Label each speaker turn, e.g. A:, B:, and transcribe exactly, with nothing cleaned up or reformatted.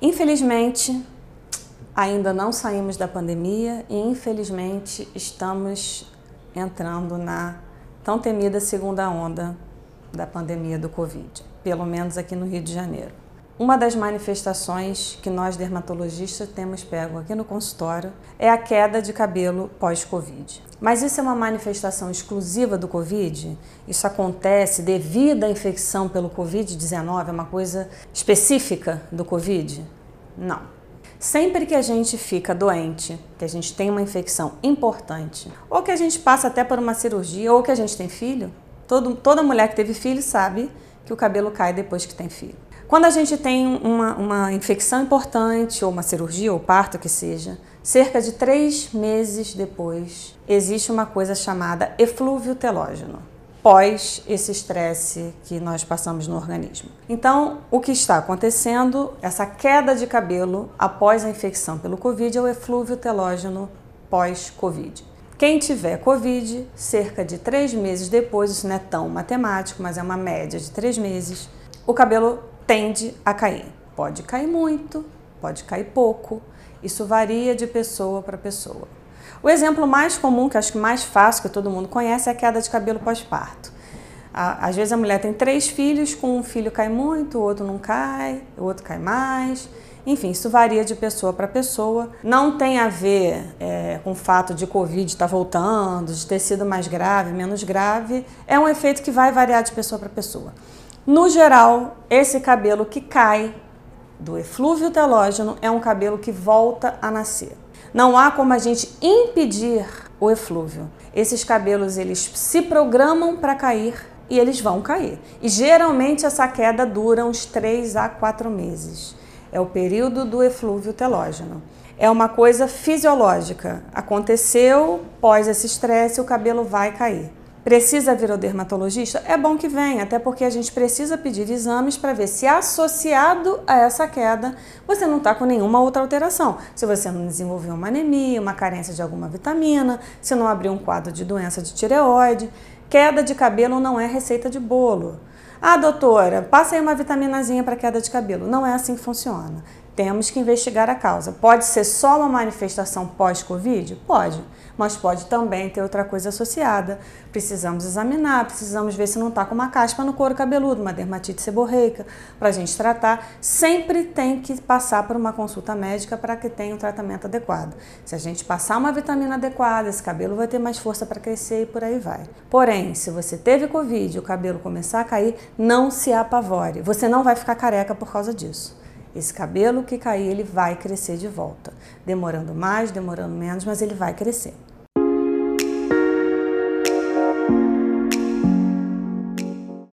A: Infelizmente, ainda não saímos da pandemia e infelizmente estamos entrando na tão temida segunda onda da pandemia do Covid, pelo menos aqui no Rio de Janeiro. Uma das manifestações que nós dermatologistas temos pego aqui no consultório é a queda de cabelo pós-Covid. Mas isso é uma manifestação exclusiva do Covid? Isso acontece devido à infecção pelo Covid dezenove? É uma coisa específica do Covid? Não. Sempre que a gente fica doente, que a gente tem uma infecção importante, ou que a gente passa até por uma cirurgia, ou que a gente tem filho, todo, toda mulher que teve filho sabe que o cabelo cai depois que tem filho. Quando a gente tem uma, uma infecção importante, ou uma cirurgia, ou parto que seja, cerca de três meses depois, existe uma coisa chamada eflúvio telógeno, pós esse estresse que nós passamos no organismo. Então, o que está acontecendo, essa queda de cabelo após a infecção pelo Covid, é o eflúvio telógeno pós-Covid. Quem tiver Covid, cerca de três meses depois, isso não é tão matemático, mas é uma média de três meses, o cabelo tende a cair. Pode cair muito, pode cair pouco, isso varia de pessoa para pessoa. O exemplo mais comum, que acho que mais fácil, que todo mundo conhece, é a queda de cabelo pós-parto. Às vezes a mulher tem três filhos, com um filho cai muito, o outro não cai, o outro cai mais. Enfim, isso varia de pessoa para pessoa. Não tem a ver é, com o fato de Covid estar voltando, de ter sido mais grave, menos grave. É um efeito que vai variar de pessoa para pessoa. No geral, esse cabelo que cai do eflúvio telógeno é um cabelo que volta a nascer. Não há como a gente impedir o eflúvio. Esses cabelos, eles se programam para cair e eles vão cair. E geralmente essa queda dura uns três a quatro meses. É o período do eflúvio telógeno. É uma coisa fisiológica. Aconteceu, pós esse estresse, o cabelo vai cair. Precisa vir ao dermatologista? É bom que venha, até porque a gente precisa pedir exames para ver se associado a essa queda você não está com nenhuma outra alteração. Se você não desenvolveu uma anemia, uma carência de alguma vitamina, se não abriu um quadro de doença de tireoide. Queda de cabelo não é receita de bolo. Ah, doutora, passa aí uma vitaminazinha para queda de cabelo. Não é assim que funciona. Temos que investigar a causa. Pode ser só uma manifestação pós-Covid? Pode, mas pode também ter outra coisa associada. Precisamos examinar, precisamos ver se não está com uma caspa no couro cabeludo, uma dermatite seborreica, para a gente tratar. Sempre tem que passar por uma consulta médica para que tenha um tratamento adequado. Se a gente passar uma vitamina adequada, esse cabelo vai ter mais força para crescer e por aí vai. Porém, se você teve Covid e o cabelo começar a cair, não se apavore. Você não vai ficar careca por causa disso. Esse cabelo que cair, ele vai crescer de volta. Demorando mais, demorando menos, mas ele vai crescer.